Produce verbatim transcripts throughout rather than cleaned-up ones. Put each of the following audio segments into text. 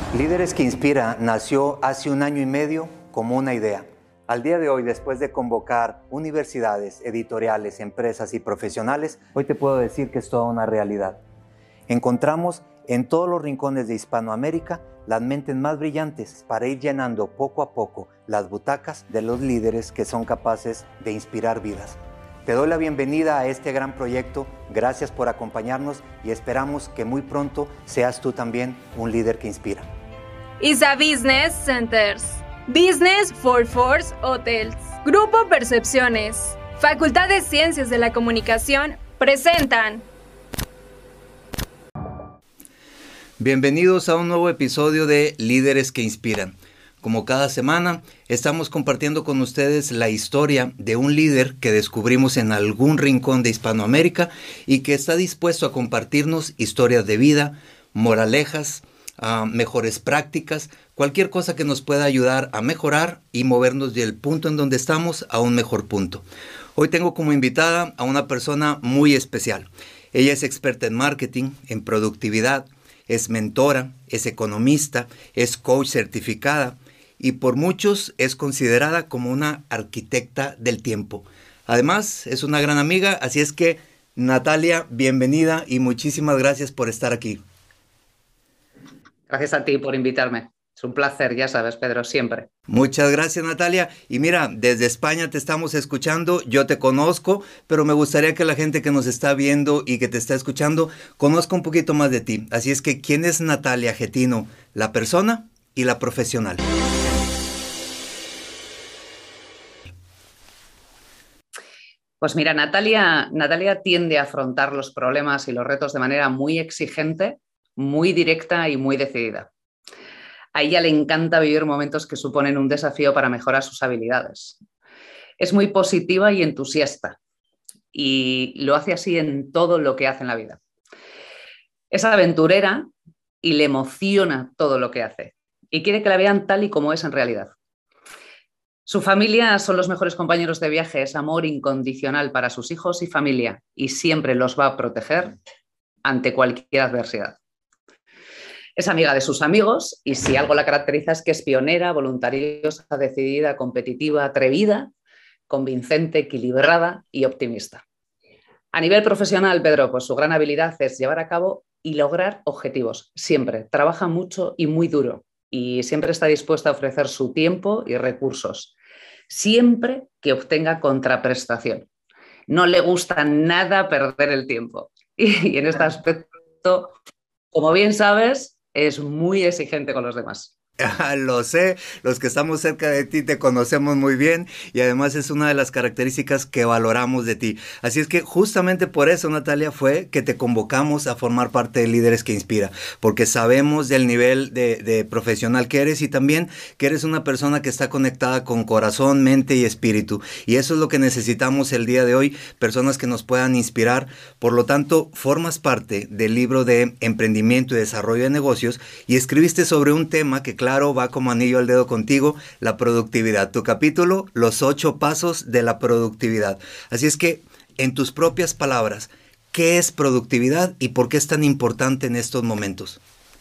Líderes que Inspira nació hace un año y medio como una idea. Al día de hoy, después de convocar universidades, editoriales, empresas y profesionales, hoy te puedo decir que es toda una realidad. Encontramos en todos los rincones de Hispanoamérica las mentes más brillantes para ir llenando poco a poco las butacas de los líderes que son capaces de inspirar vidas. Te doy la bienvenida a este gran proyecto, gracias por acompañarnos y esperamos que muy pronto seas tú también un líder que inspira. I S A Business Centers, Business for Force Hotels, Grupo Percepciones, Facultad de Ciencias de la Comunicación presentan. Bienvenidos a un nuevo episodio de Líderes que Inspiran. Como cada semana, estamos compartiendo con ustedes la historia de un líder que descubrimos en algún rincón de Hispanoamérica y que está dispuesto a compartirnos historias de vida, moralejas, uh, mejores prácticas, cualquier cosa que nos pueda ayudar a mejorar y movernos del punto en donde estamos a un mejor punto. Hoy tengo como invitada a una persona muy especial. Ella es experta en marketing, en productividad, es mentora, es economista, es coach certificada y por muchos es considerada como una arquitecta del tiempo. Además, es una gran amiga, así es que, Natalia, bienvenida y muchísimas gracias por estar aquí. Gracias a ti por invitarme. Es un placer, ya sabes, Pedro, siempre. Muchas gracias, Natalia. Y mira, desde España te estamos escuchando, yo te conozco, pero me gustaría que la gente que nos está viendo y que te está escuchando conozca un poquito más de ti. Así es que, ¿quién es Natalia Getino? La persona y la profesional. Pues mira, Natalia, Natalia tiende a afrontar los problemas y los retos de manera muy exigente, muy directa y muy decidida. A ella le encanta vivir momentos que suponen un desafío para mejorar sus habilidades. Es muy positiva y entusiasta y lo hace así en todo lo que hace en la vida. Es aventurera y le emociona todo lo que hace y quiere que la vean tal y como es en realidad. Su familia son los mejores compañeros de viaje, es amor incondicional para sus hijos y familia y siempre los va a proteger ante cualquier adversidad. Es amiga de sus amigos y si algo la caracteriza es que es pionera, voluntariosa, decidida, competitiva, atrevida, convincente, equilibrada y optimista. A nivel profesional, Pedro, pues su gran habilidad es llevar a cabo y lograr objetivos. Siempre trabaja mucho y muy duro y siempre está dispuesta a ofrecer su tiempo y recursos, siempre que obtenga contraprestación. No le gusta nada perder el tiempo y en este aspecto, como bien sabes, es muy exigente con los demás. Lo sé, los que estamos cerca de ti te conocemos muy bien y además es una de las características que valoramos de ti. Así es que justamente por eso, Natalia, fue que te convocamos a formar parte de Líderes que Inspira, porque sabemos del nivel de, de profesional que eres y también que eres una persona que está conectada con corazón, mente y espíritu. Y eso es lo que necesitamos el día de hoy, personas que nos puedan inspirar. Por lo tanto, formas parte del libro de Emprendimiento y Desarrollo de Negocios y escribiste sobre un tema que claro, va como anillo al dedo contigo, la productividad. Tu capítulo, los ocho pasos de la productividad. Así es que, en tus propias palabras, ¿qué es productividad y por qué es tan importante en estos momentos?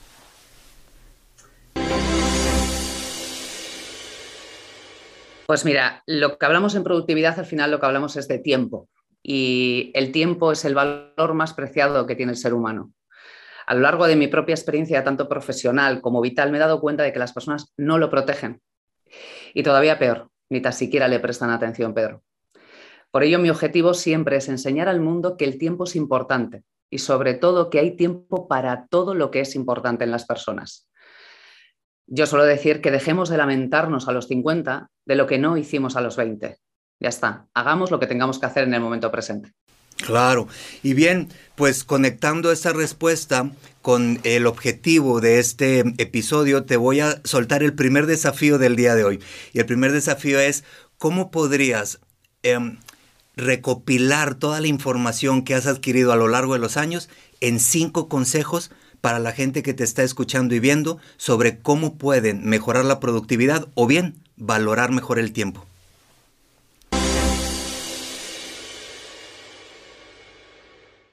Pues mira, lo que hablamos en productividad, al final lo que hablamos es de tiempo. Y el tiempo es el valor más preciado que tiene el ser humano. A lo largo de mi propia experiencia, tanto profesional como vital, me he dado cuenta de que las personas no lo protegen. Y todavía peor, ni tan siquiera le prestan atención, Pedro. Por ello, mi objetivo siempre es enseñar al mundo que el tiempo es importante y sobre todo que hay tiempo para todo lo que es importante en las personas. Yo suelo decir que dejemos de lamentarnos a los cincuenta de lo que no hicimos a los veinte. Ya está, hagamos lo que tengamos que hacer en el momento presente. Claro, y bien, pues conectando esta respuesta con el objetivo de este episodio, te voy a soltar el primer desafío del día de hoy. Y el primer desafío es, ¿cómo podrías eh, recopilar toda la información que has adquirido a lo largo de los años en cinco consejos para la gente que te está escuchando y viendo sobre cómo pueden mejorar la productividad o bien valorar mejor el tiempo?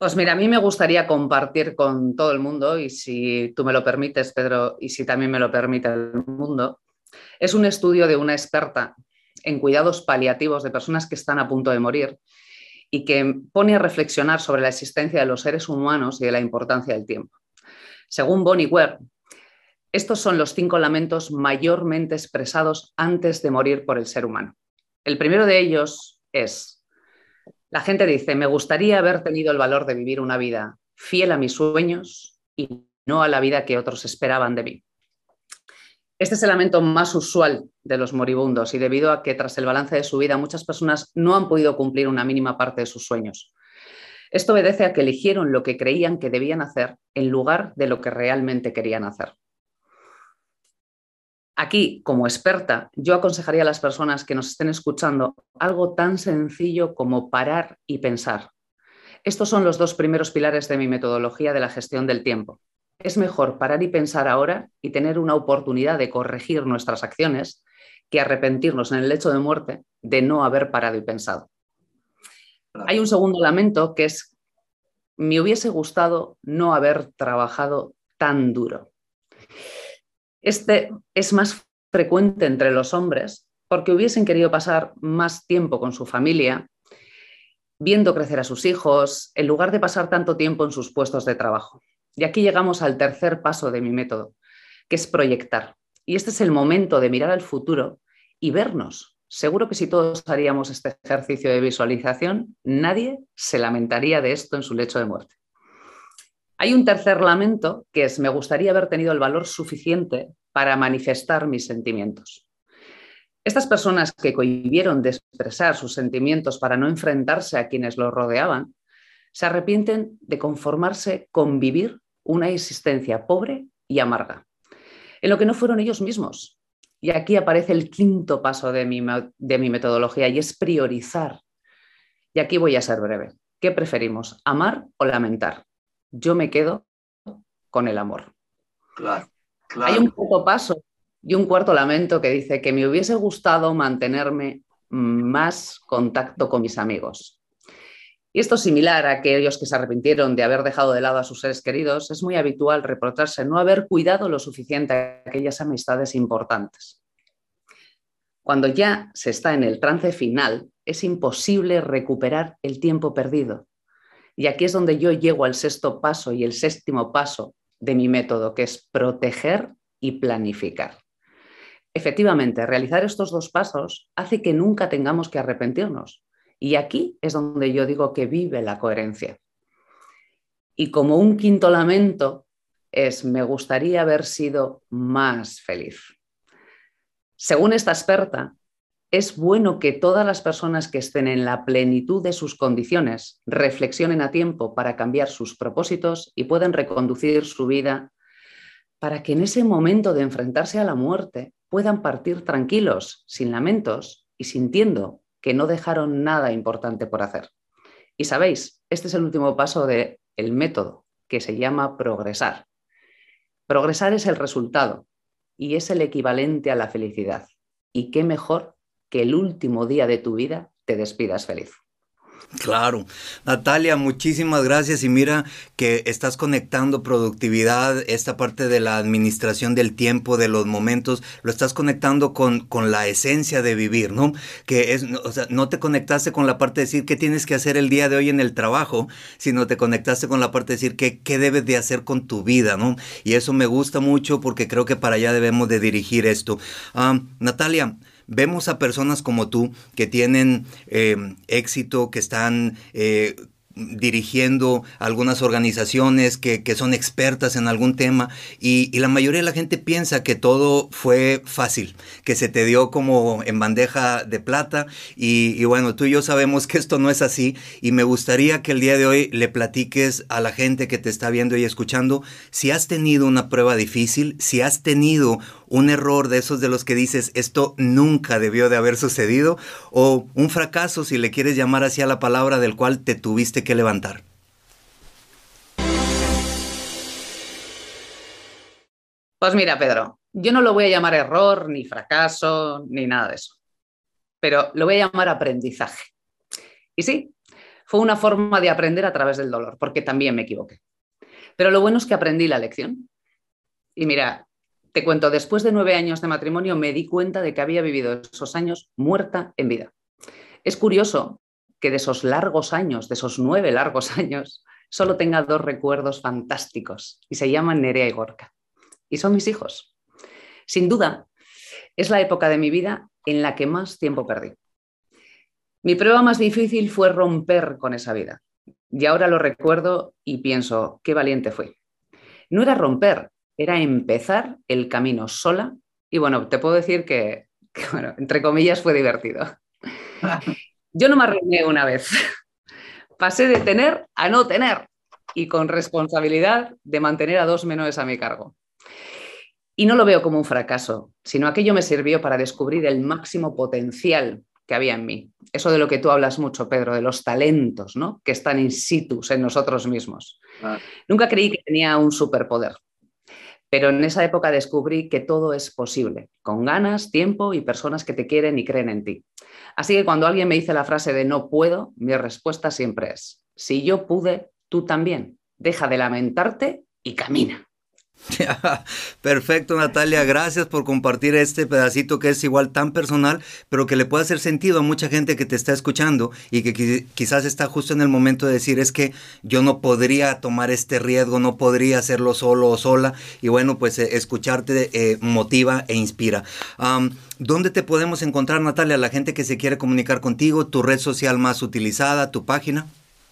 Pues mira, a mí me gustaría compartir con todo el mundo, y si tú me lo permites, Pedro, y si también me lo permite el mundo, es un estudio de una experta en cuidados paliativos de personas que están a punto de morir y que pone a reflexionar sobre la existencia de los seres humanos y de la importancia del tiempo. Según Bonnie Ware, estos son los cinco lamentos mayormente expresados antes de morir por el ser humano. El primero de ellos es: la gente dice, me gustaría haber tenido el valor de vivir una vida fiel a mis sueños y no a la vida que otros esperaban de mí. Este es el lamento más usual de los moribundos y debido a que tras el balance de su vida muchas personas no han podido cumplir una mínima parte de sus sueños. Esto obedece a que eligieron lo que creían que debían hacer en lugar de lo que realmente querían hacer. Aquí, como experta, yo aconsejaría a las personas que nos estén escuchando algo tan sencillo como parar y pensar. Estos son los dos primeros pilares de mi metodología de la gestión del tiempo. Es mejor parar y pensar ahora y tener una oportunidad de corregir nuestras acciones que arrepentirnos en el lecho de muerte de no haber parado y pensado. Hay un segundo lamento que es: me hubiese gustado no haber trabajado tan duro. Este es más frecuente entre los hombres porque hubiesen querido pasar más tiempo con su familia, viendo crecer a sus hijos, en lugar de pasar tanto tiempo en sus puestos de trabajo. Y aquí llegamos al tercer paso de mi método, que es proyectar. Y este es el momento de mirar al futuro y vernos. Seguro que si todos haríamos este ejercicio de visualización, nadie se lamentaría de esto en su lecho de muerte. Hay un tercer lamento que es: me gustaría haber tenido el valor suficiente para manifestar mis sentimientos. Estas personas que cohibieron de expresar sus sentimientos para no enfrentarse a quienes los rodeaban, se arrepienten de conformarse con vivir una existencia pobre y amarga, en lo que no fueron ellos mismos. Y aquí aparece el quinto paso de mi, de mi metodología y es priorizar. Y aquí voy a ser breve. ¿Qué preferimos, amar o lamentar? Yo me quedo con el amor. Claro, claro. Hay un cuarto paso y un cuarto lamento que dice que me hubiese gustado mantenerme más contacto con mis amigos. Y esto es similar a aquellos que se arrepintieron de haber dejado de lado a sus seres queridos. Es muy habitual reprocharse no haber cuidado lo suficiente a aquellas amistades importantes. Cuando ya se está en el trance final, es imposible recuperar el tiempo perdido. Y aquí es donde yo llego al sexto paso y el séptimo paso de mi método, que es proteger y planificar. Efectivamente, realizar estos dos pasos hace que nunca tengamos que arrepentirnos. Y aquí es donde yo digo que vive la coherencia. Y como un quinto lamento es: me gustaría haber sido más feliz. Según esta experta, es bueno que todas las personas que estén en la plenitud de sus condiciones reflexionen a tiempo para cambiar sus propósitos y puedan reconducir su vida para que en ese momento de enfrentarse a la muerte puedan partir tranquilos, sin lamentos y sintiendo que no dejaron nada importante por hacer. Y sabéis, este es el último paso del método, que se llama progresar. Progresar es el resultado y es el equivalente a la felicidad. ¿Y qué mejor que el último día de tu vida te despidas feliz? Claro. Natalia, muchísimas gracias y mira que estás conectando productividad, esta parte de la administración del tiempo, de los momentos, lo estás conectando con, con la esencia de vivir, ¿no? Que es, o sea, no te conectaste con la parte de decir qué tienes que hacer el día de hoy en el trabajo, sino te conectaste con la parte de decir qué, qué debes de hacer con tu vida, ¿no? Y eso me gusta mucho porque creo que para allá debemos de dirigir esto. Um, Natalia, vemos a personas como tú que tienen eh, éxito, que están eh, dirigiendo algunas organizaciones, que, que son expertas en algún tema y, y la mayoría de la gente piensa que todo fue fácil, que se te dio como en bandeja de plata y, y bueno, tú y yo sabemos que esto no es así y me gustaría que el día de hoy le platiques a la gente que te está viendo y escuchando si has tenido una prueba difícil, si has tenido un error de esos de los que dices esto nunca debió de haber sucedido o un fracaso, si le quieres llamar así a la palabra, del cual te tuviste que levantar. Pues mira, Pedro, yo no lo voy a llamar error, ni fracaso, ni nada de eso, pero lo voy a llamar aprendizaje. Y sí, Fue una forma de aprender a través del dolor, porque también me equivoqué. Pero lo bueno es que aprendí la lección. Y mira, te cuento, después de nueve años de matrimonio me di cuenta de que había vivido esos años muerta en vida. Es curioso que de esos largos años, de esos nueve largos años, solo tenga dos recuerdos fantásticos y se llaman Nerea y Gorka. Y son mis hijos. Sin duda, es la época de mi vida en la que más tiempo perdí. Mi prueba más difícil fue romper con esa vida. Y ahora lo recuerdo y pienso, qué valiente fui. No era romper, era empezar el camino sola. Y bueno, te puedo decir que, que bueno, entre comillas, fue divertido. Yo no me arruiné una vez. Pasé de tener a no tener y con responsabilidad de mantener a dos menores a mi cargo. Y no lo veo como un fracaso, sino aquello me sirvió para descubrir el máximo potencial que había en mí. Eso de lo que tú hablas mucho, Pedro, de los talentos, ¿no?, que están in situ en nosotros mismos. Ah. Nunca creí que tenía un superpoder, pero en esa época descubrí que todo es posible, con ganas, tiempo y personas que te quieren y creen en ti. Así que cuando alguien me dice la frase de no puedo, mi respuesta siempre es, si yo pude, tú también. Deja de lamentarte y camina. Perfecto, Natalia, gracias por compartir este pedacito que es igual tan personal, pero que le puede hacer sentido a mucha gente que te está escuchando y que quizás está justo en el momento de decir, es que yo no podría tomar este riesgo, no podría hacerlo solo o sola, y bueno, pues eh, escucharte eh, motiva e inspira. Um, ¿Dónde te podemos encontrar, Natalia, la gente que se quiere comunicar contigo, tu red social más utilizada, tu página?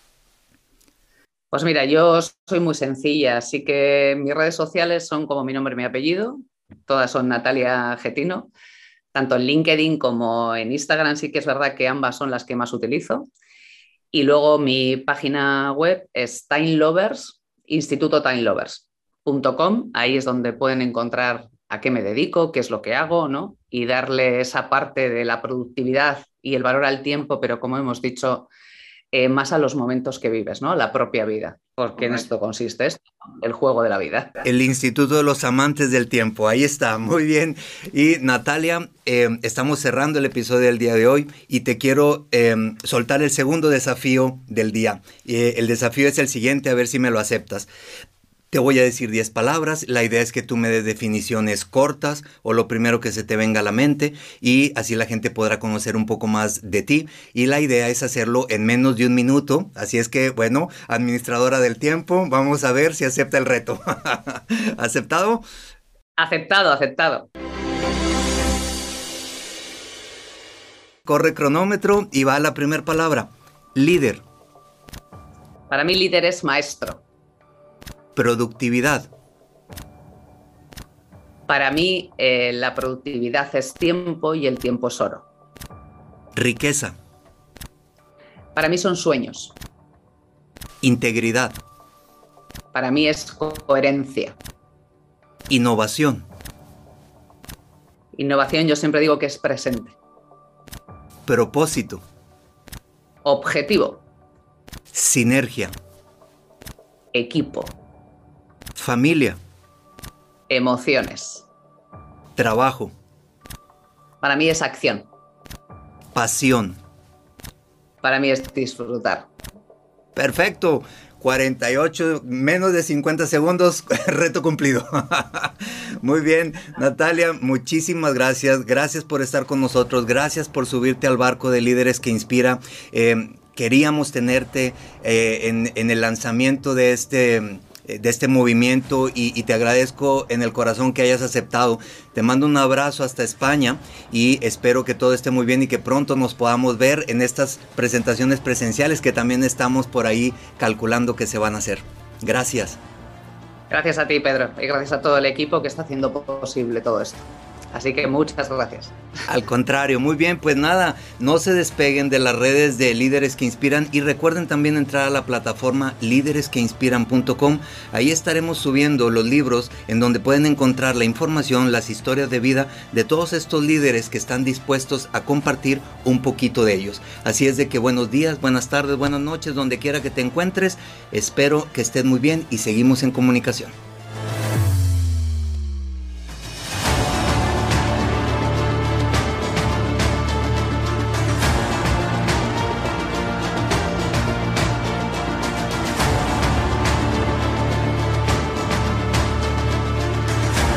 Pues mira, yo soy muy sencilla, así que mis redes sociales son como mi nombre y mi apellido, todas son Natalia Getino, tanto en LinkedIn como en Instagram, sí que es verdad que ambas son las que más utilizo. Y luego mi página web es Time Lovers, instituto time lovers punto com, ahí es donde pueden encontrar a qué me dedico, qué es lo que hago, ¿no? Y darle esa parte de la productividad y el valor al tiempo, pero como hemos dicho, Eh, más a los momentos que vives, ¿no? La propia vida, porque en esto consiste esto, el juego de la vida. El Instituto de los Amantes del Tiempo, ahí está, muy bien. Y Natalia, eh, estamos cerrando el episodio del día de hoy y te quiero eh, soltar el segundo desafío del día. Eh, el desafío es el siguiente, a ver si me lo aceptas. Te voy a decir diez palabras, la idea es que tú me des definiciones cortas o lo primero que se te venga a la mente y así la gente podrá conocer un poco más de ti y la idea es hacerlo en menos de un minuto, así es que bueno, administradora del tiempo, vamos a ver si acepta el reto. ¿Aceptado? Aceptado, aceptado. Corre cronómetro y va la primera palabra, líder. Para mí líder es maestro. Productividad. Para mí eh, la productividad es tiempo y el tiempo es oro. Riqueza. Para mí son sueños. Integridad. Para mí es co- coherencia. Innovación. Innovación yo siempre digo que es presente. Propósito. Objetivo. Sinergia. Equipo. Familia. Emociones. Trabajo. Para mí es acción. Pasión. Para mí es disfrutar. Perfecto. cuarenta y ocho, menos de cincuenta segundos, reto cumplido. Muy bien, Natalia, muchísimas gracias. Gracias por estar con nosotros. Gracias por subirte al barco de Líderes que Inspira. Eh, queríamos tenerte eh, en, en el lanzamiento de este... de este movimiento y, y te agradezco en el corazón que hayas aceptado. Te mando un abrazo hasta España y espero que todo esté muy bien y que pronto nos podamos ver en estas presentaciones presenciales que también estamos por ahí calculando que se van a hacer. Gracias. Gracias a ti, Pedro, y gracias a todo el equipo que está haciendo posible todo esto. Así que muchas gracias. Al contrario, muy bien, pues nada, no se despeguen de las redes de Líderes que Inspiran y recuerden también entrar a la plataforma líderes que inspiran punto com. Ahí estaremos subiendo los libros en donde pueden encontrar la información, las historias de vida de todos estos líderes que están dispuestos a compartir un poquito de ellos. Así es de que buenos días, buenas tardes, buenas noches, donde quiera que te encuentres. Espero que estés muy bien y seguimos en comunicación.